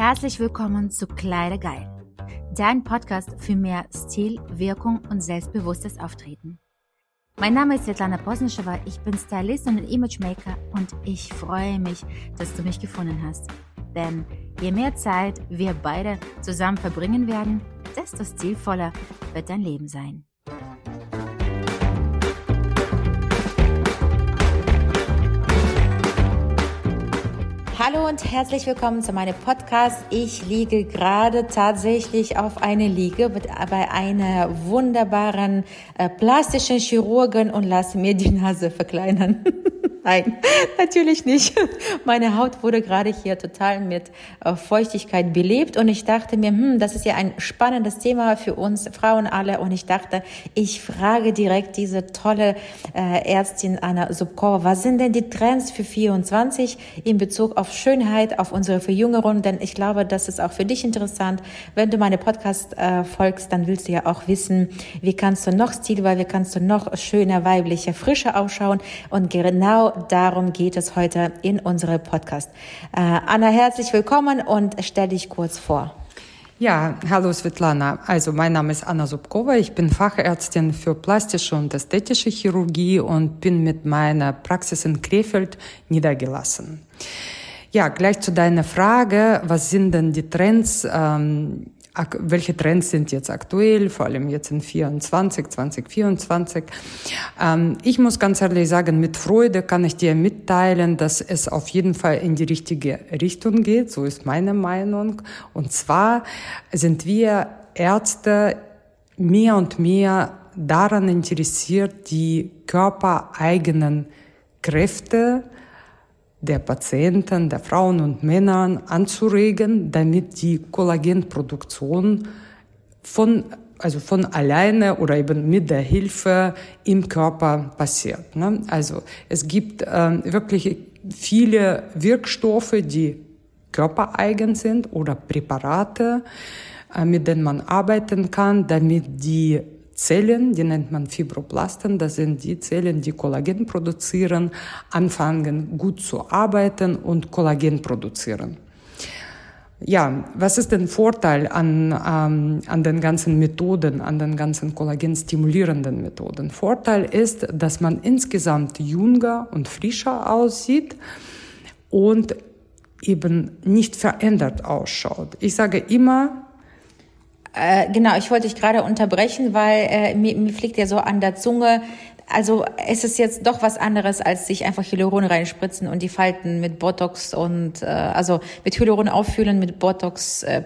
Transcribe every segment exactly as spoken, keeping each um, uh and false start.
Herzlich willkommen zu Kleidergeil, dein Podcast für mehr Stil, Wirkung und selbstbewusstes Auftreten. Mein Name ist Svetlana Posnischewa, ich bin Stylist und Imagemaker und ich freue mich, dass du mich gefunden hast. Denn je mehr Zeit wir beide zusammen verbringen werden, desto stilvoller wird dein Leben sein. Hallo und herzlich willkommen zu meinem Podcast. Ich liege gerade tatsächlich auf einer Liege bei einer wunderbaren äh, plastischen Chirurgin und lasse mir die Nase verkleinern. Nein, natürlich nicht. Meine Haut wurde gerade hier total mit äh, Feuchtigkeit belebt und ich dachte mir, hm, das ist ja ein spannendes Thema für uns Frauen alle und ich dachte, ich frage direkt diese tolle äh, Ärztin Anna Zubkova, was sind denn die Trends für vierundzwanzig in Bezug auf Schönheit, auf unsere Verjüngerung, denn ich glaube, das ist auch für dich interessant. Wenn du meine Podcast äh, folgst, dann willst du ja auch wissen, wie kannst du noch stilvoller, wie kannst du noch schöner, weiblicher, frischer ausschauen und genau darum geht es heute in unserem Podcast. Äh, Anna, herzlich willkommen und stell dich kurz vor. Ja, hallo Svetlana. Also mein Name ist Anna Zubkova. Ich bin Fachärztin für plastische und ästhetische Chirurgie und bin mit meiner Praxis in Krefeld niedergelassen. Ja, gleich zu deiner Frage, was sind denn die Trends, ähm, welche Trends sind jetzt aktuell, vor allem jetzt in vierundzwanzig, zwanzig vierundzwanzig. Ähm, ich muss ganz ehrlich sagen, mit Freude kann ich dir mitteilen, dass es auf jeden Fall in die richtige Richtung geht, so ist meine Meinung. Und zwar sind wir Ärzte mehr und mehr daran interessiert, die körpereigenen Kräfte der Patienten, der Frauen und Männer anzuregen, damit die Kollagenproduktion von, also von alleine oder eben mit der Hilfe im Körper passiert. Ne? Also es gibt ähm, wirklich viele Wirkstoffe, die körpereigen sind oder Präparate, äh, mit denen man arbeiten kann, damit die Zellen, die nennt man Fibroplasten, das sind die Zellen, die Kollagen produzieren, anfangen gut zu arbeiten und Kollagen produzieren. Ja, was ist der Vorteil an, ähm, an den ganzen Methoden, an den ganzen kollagenstimulierenden Methoden? Vorteil ist, dass man insgesamt jünger und frischer aussieht und eben nicht verändert ausschaut. Ich sage immer, Äh, genau, ich wollte dich gerade unterbrechen, weil äh, mir, mir fliegt ja so an der Zunge, also es ist jetzt doch was anderes, als sich einfach Hyaluron reinspritzen und die Falten mit Botox und, äh, also mit Hyaluron auffüllen, mit Botox äh,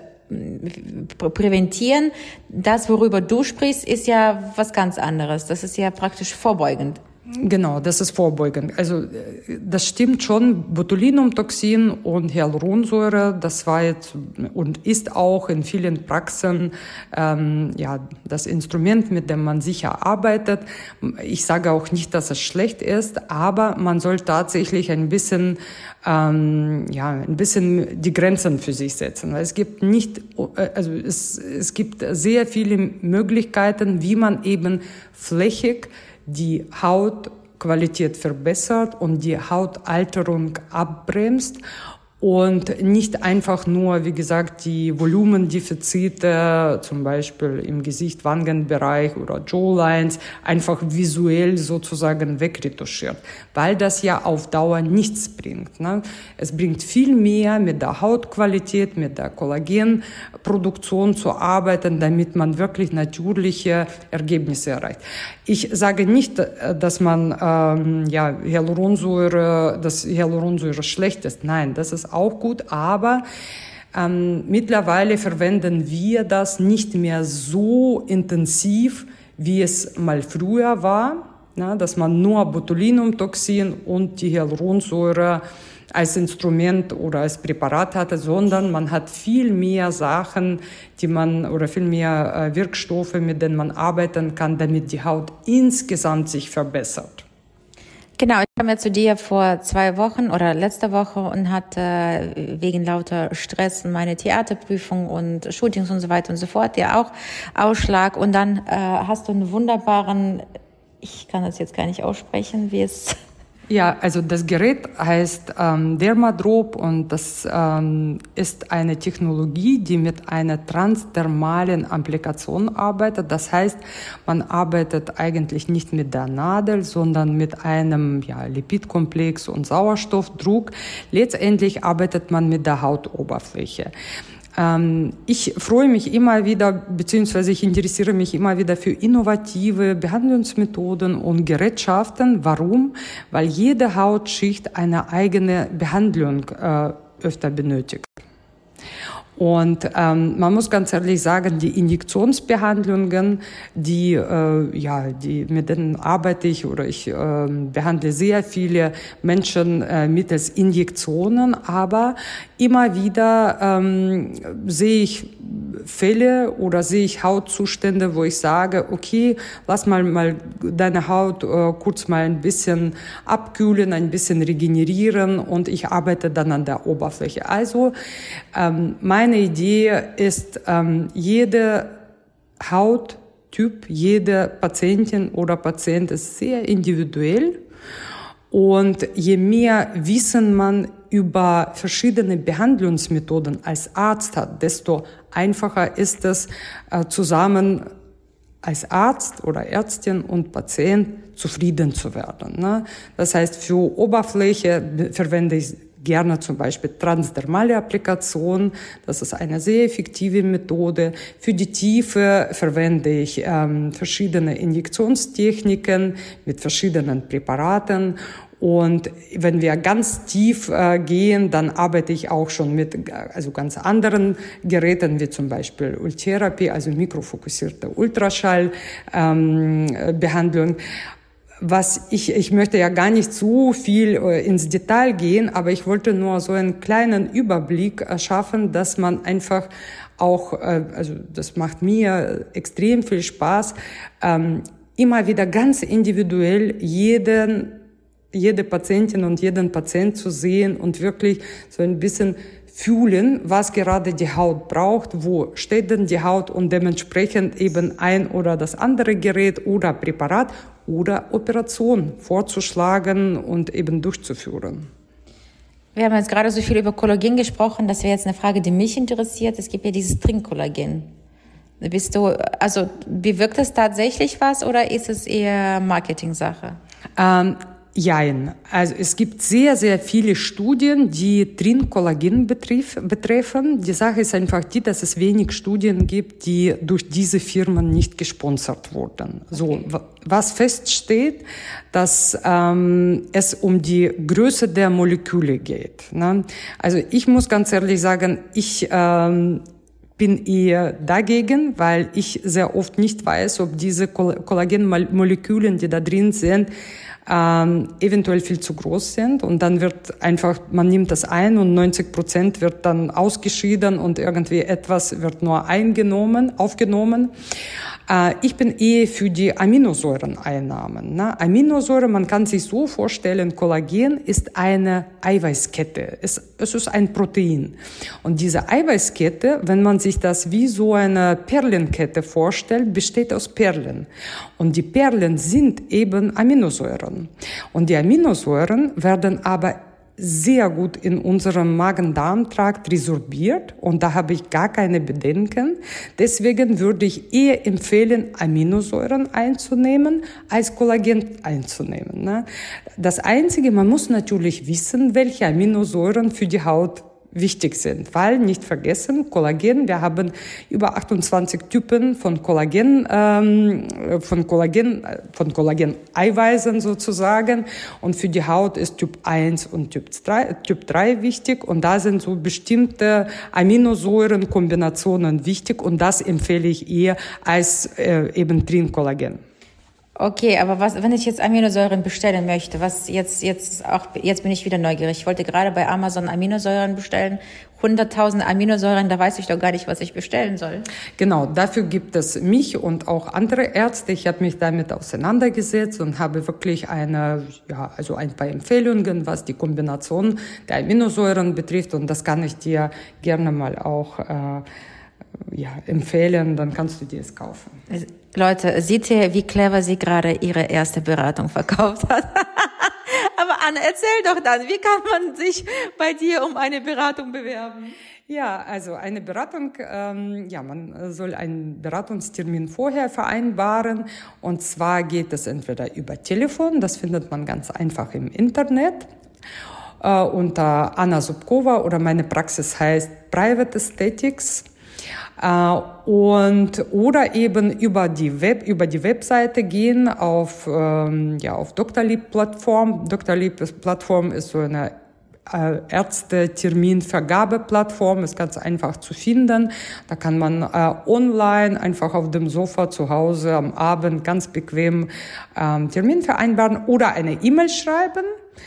präventieren. Das, worüber du sprichst, ist ja was ganz anderes. Das ist ja praktisch vorbeugend. Genau, das ist vorbeugend. Also das stimmt schon, Botulinumtoxin und Hyaluronsäure, das war jetzt und ist auch in vielen Praxen ähm, ja das Instrument, mit dem man sicher arbeitet. Ich sage auch nicht, dass es schlecht ist, aber man soll tatsächlich ein bisschen ähm, ja ein bisschen die Grenzen für sich setzen, weil es gibt nicht, also es es gibt sehr viele Möglichkeiten, wie man eben flächig die Hautqualität verbessert und die Hautalterung abbremst und nicht einfach nur, wie gesagt, die Volumendefizite, zum Beispiel im Gesicht, Wangenbereich oder Jawlines, einfach visuell sozusagen wegretuschiert, weil das ja auf Dauer nichts bringt. Ne? Es bringt viel mehr mit der Hautqualität, mit der Kollagenproduktion zu arbeiten, damit man wirklich natürliche Ergebnisse erreicht. Ich sage nicht, dass man ähm, ja Hyaluronsäure, dass Hyaluronsäure schlecht ist. Nein, das ist auch gut, aber ähm, mittlerweile verwenden wir das nicht mehr so intensiv, wie es mal früher war, na, dass man nur Botulinumtoxin und die Hyaluronsäure als Instrument oder als Präparat hatte, sondern man hat viel mehr Sachen, die man oder viel mehr äh, Wirkstoffe, mit denen man arbeiten kann, damit die Haut insgesamt sich verbessert. Genau, ich kam ja zu dir vor zwei Wochen oder letzte Woche und hatte äh, wegen lauter Stress meine Theaterprüfung und Shootings und so weiter und so fort, ja auch Ausschlag. Und dann äh, hast du einen wunderbaren, ich kann das jetzt gar nicht aussprechen, wie es Ja, also das Gerät heißt ähm, Dermadrop und das ähm, ist eine Technologie, die mit einer transdermalen Applikation arbeitet. Das heißt, man arbeitet eigentlich nicht mit der Nadel, sondern mit einem ja, Lipidkomplex und Sauerstoffdruck. Letztendlich arbeitet man mit der Hautoberfläche. Ich freue mich immer wieder, beziehungsweise ich interessiere mich immer wieder für innovative Behandlungsmethoden und Gerätschaften. Warum? Weil jede Hautschicht eine eigene Behandlung äh, öfter benötigt. Und ähm, man muss ganz ehrlich sagen, die Injektionsbehandlungen, die äh, ja, die mit denen arbeite ich oder ich äh, behandle sehr viele Menschen äh, mittels Injektionen, aber immer wieder ähm, sehe ich Fälle oder sehe ich Hautzustände, wo ich sage, okay, lass mal mal deine Haut äh, kurz mal ein bisschen abkühlen, ein bisschen regenerieren und ich arbeite dann an der Oberfläche. Also ähm, meine Idee ist, ähm, jede Hauttyp, jede Patientin oder Patient ist sehr individuell. Und je mehr Wissen man über verschiedene Behandlungsmethoden als Arzt hat, desto einfacher ist es, äh, zusammen als Arzt oder Ärztin und Patient zufrieden zu werden. Ne? Das heißt, für Oberfläche verwende ich gerne zum Beispiel transdermale Applikation. Das ist eine sehr effektive Methode. Für die Tiefe verwende ich ähm, verschiedene Injektionstechniken mit verschiedenen Präparaten. Und wenn wir ganz tief äh, gehen, dann arbeite ich auch schon mit also ganz anderen Geräten, wie zum Beispiel Ultherapie, also mikrofokussierte Ultraschallbehandlung. Ähm, Was ich, ich möchte ja gar nicht so viel äh, ins Detail gehen, aber ich wollte nur so einen kleinen Überblick erschaffen, dass man einfach auch, äh, also das macht mir extrem viel Spaß, ähm, immer wieder ganz individuell jeden jede Patientin und jeden Patient zu sehen und wirklich so ein bisschen fühlen, was gerade die Haut braucht, wo steht denn die Haut und dementsprechend eben ein oder das andere Gerät oder Präparat oder Operation vorzuschlagen und eben durchzuführen. Wir haben jetzt gerade so viel über Kollagen gesprochen, das wäre jetzt eine Frage, die mich interessiert. Es gibt ja dieses Trinkkollagen. Bist du, also bewirkt das tatsächlich was oder ist es eher Marketing-Sache? Ähm, Jein. Also es gibt sehr, sehr viele Studien, die Trinkkollagen betrif, betreffen. Die Sache ist einfach die, dass es wenig Studien gibt, die durch diese Firmen nicht gesponsert wurden. So, okay. Was feststeht, dass ähm, es um die Größe der Moleküle geht. Ne? Also ich muss ganz ehrlich sagen, ich ähm, bin eher dagegen, weil ich sehr oft nicht weiß, ob diese Kollagenmoleküle, die da drin sind, ähm, eventuell viel zu groß sind und dann wird einfach, man nimmt das ein und neunzig Prozent wird dann ausgeschieden und irgendwie etwas wird nur eingenommen, aufgenommen. Äh, ich bin eher für die Aminosäureneinnahmen. Ne? Aminosäure, man kann sich so vorstellen, Kollagen ist eine Eiweißkette. Es, es ist ein Protein. Und diese Eiweißkette, wenn man sich das wie so eine Perlenkette vorstellt, besteht aus Perlen. Und die Perlen sind eben Aminosäuren. Und die Aminosäuren werden aber sehr gut in unserem Magen-Darm-Trakt resorbiert und da habe ich gar keine Bedenken. Deswegen würde ich eher empfehlen, Aminosäuren einzunehmen, als Kollagen einzunehmen. Ne? Das Einzige, man muss natürlich wissen, welche Aminosäuren für die Haut wichtig sind, weil, nicht vergessen, Kollagen, wir haben über achtundzwanzig Typen von Kollagen, ähm, von Kollagen, von Kollagen-Eiweißen sozusagen und für die Haut ist Typ eins und Typ drei, Typ drei wichtig und da sind so bestimmte Aminosäurenkombinationen wichtig und das empfehle ich eher als äh, eben Trinkkollagen. Okay, aber was, wenn ich jetzt Aminosäuren bestellen möchte, was jetzt, jetzt auch, jetzt bin ich wieder neugierig. Ich wollte gerade bei Amazon Aminosäuren bestellen. hunderttausend Aminosäuren, da weiß ich doch gar nicht, was ich bestellen soll. Genau, dafür gibt es mich und auch andere Ärzte. Ich habe mich damit auseinandergesetzt und habe wirklich eine, ja, also ein paar Empfehlungen, was die Kombination der Aminosäuren betrifft. Und das kann ich dir gerne mal auch, äh, ja, empfehlen. Dann kannst du dir es kaufen. Leute, seht ihr, wie clever sie gerade ihre erste Beratung verkauft hat? Aber Anna, erzähl doch dann, wie kann man sich bei dir um eine Beratung bewerben? Ja, also eine Beratung, ähm, ja, man soll einen Beratungstermin vorher vereinbaren. Und zwar geht es entweder über Telefon, das findet man ganz einfach im Internet, äh, unter Anna Subkova, oder meine Praxis heißt Private Aesthetics. Uh, und oder eben über die Web über die Webseite gehen auf ähm, ja auf Doctolib-Plattform. Doctolib-Plattform ist so eine äh, Ärzte-Terminvergabeplattform, ist ganz einfach zu finden. Da kann man äh, online einfach auf dem Sofa zu Hause am Abend ganz bequem ähm, Termin vereinbaren oder eine E-Mail schreiben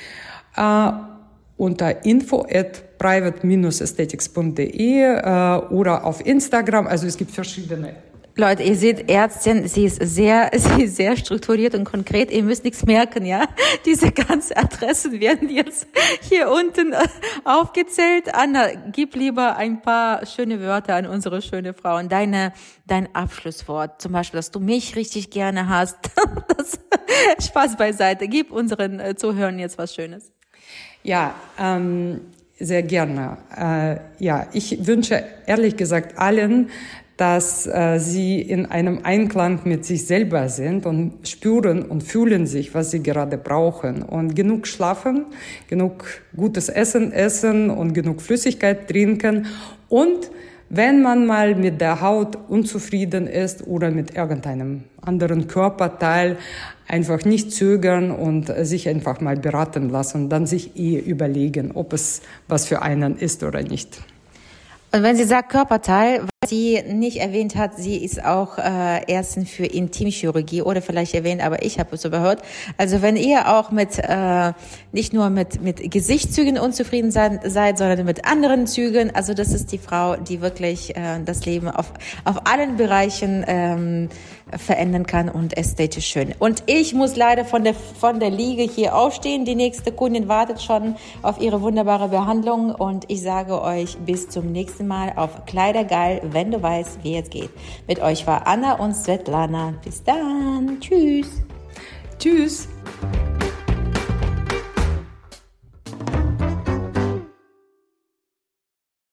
äh, unter info at private dash aesthetics punkt de äh, oder auf Instagram. Also es gibt verschiedene. Leute, ihr seht, Ärztin, sie ist sehr, sie ist sehr strukturiert und konkret. Ihr müsst nichts merken, ja? Diese ganzen Adressen werden jetzt hier unten aufgezählt. Anna, gib lieber ein paar schöne Wörter an unsere schöne Frau und deine, dein Abschlusswort. Zum Beispiel, dass du mich richtig gerne hast. Das, Spaß beiseite. Gib unseren Zuhörern jetzt was Schönes. Ja, ähm, sehr gerne. Äh, ja, ich wünsche ehrlich gesagt allen, dass äh, sie in einem Einklang mit sich selber sind und spüren und fühlen sich, was sie gerade brauchen. Und genug schlafen, genug gutes Essen essen und genug Flüssigkeit trinken. Und wenn man mal mit der Haut unzufrieden ist oder mit irgendeinem anderen Körperteil, einfach nicht zögern und sich einfach mal beraten lassen, dann sich eh überlegen, ob es was für einen ist oder nicht. Und wenn sie sagt Körperteil, was sie nicht erwähnt hat, sie ist auch äh, Ärztin für Intimchirurgie oder vielleicht erwähnt, aber ich habe es so gehört. Also wenn ihr auch mit äh, nicht nur mit mit Gesichtszügen unzufrieden seid, seid, sondern mit anderen Zügen, also das ist die Frau, die wirklich äh, das Leben auf auf allen Bereichen ähm, verändern kann und ästhetisch schön. Und ich muss leider von der von der Liege hier aufstehen. Die nächste Kundin wartet schon auf ihre wunderbare Behandlung und ich sage euch bis zum nächsten Mal auf Kleidergeil, wenn du weißt, wie es geht. Mit euch war Anna und Svetlana. Bis dann. Tschüss. Tschüss.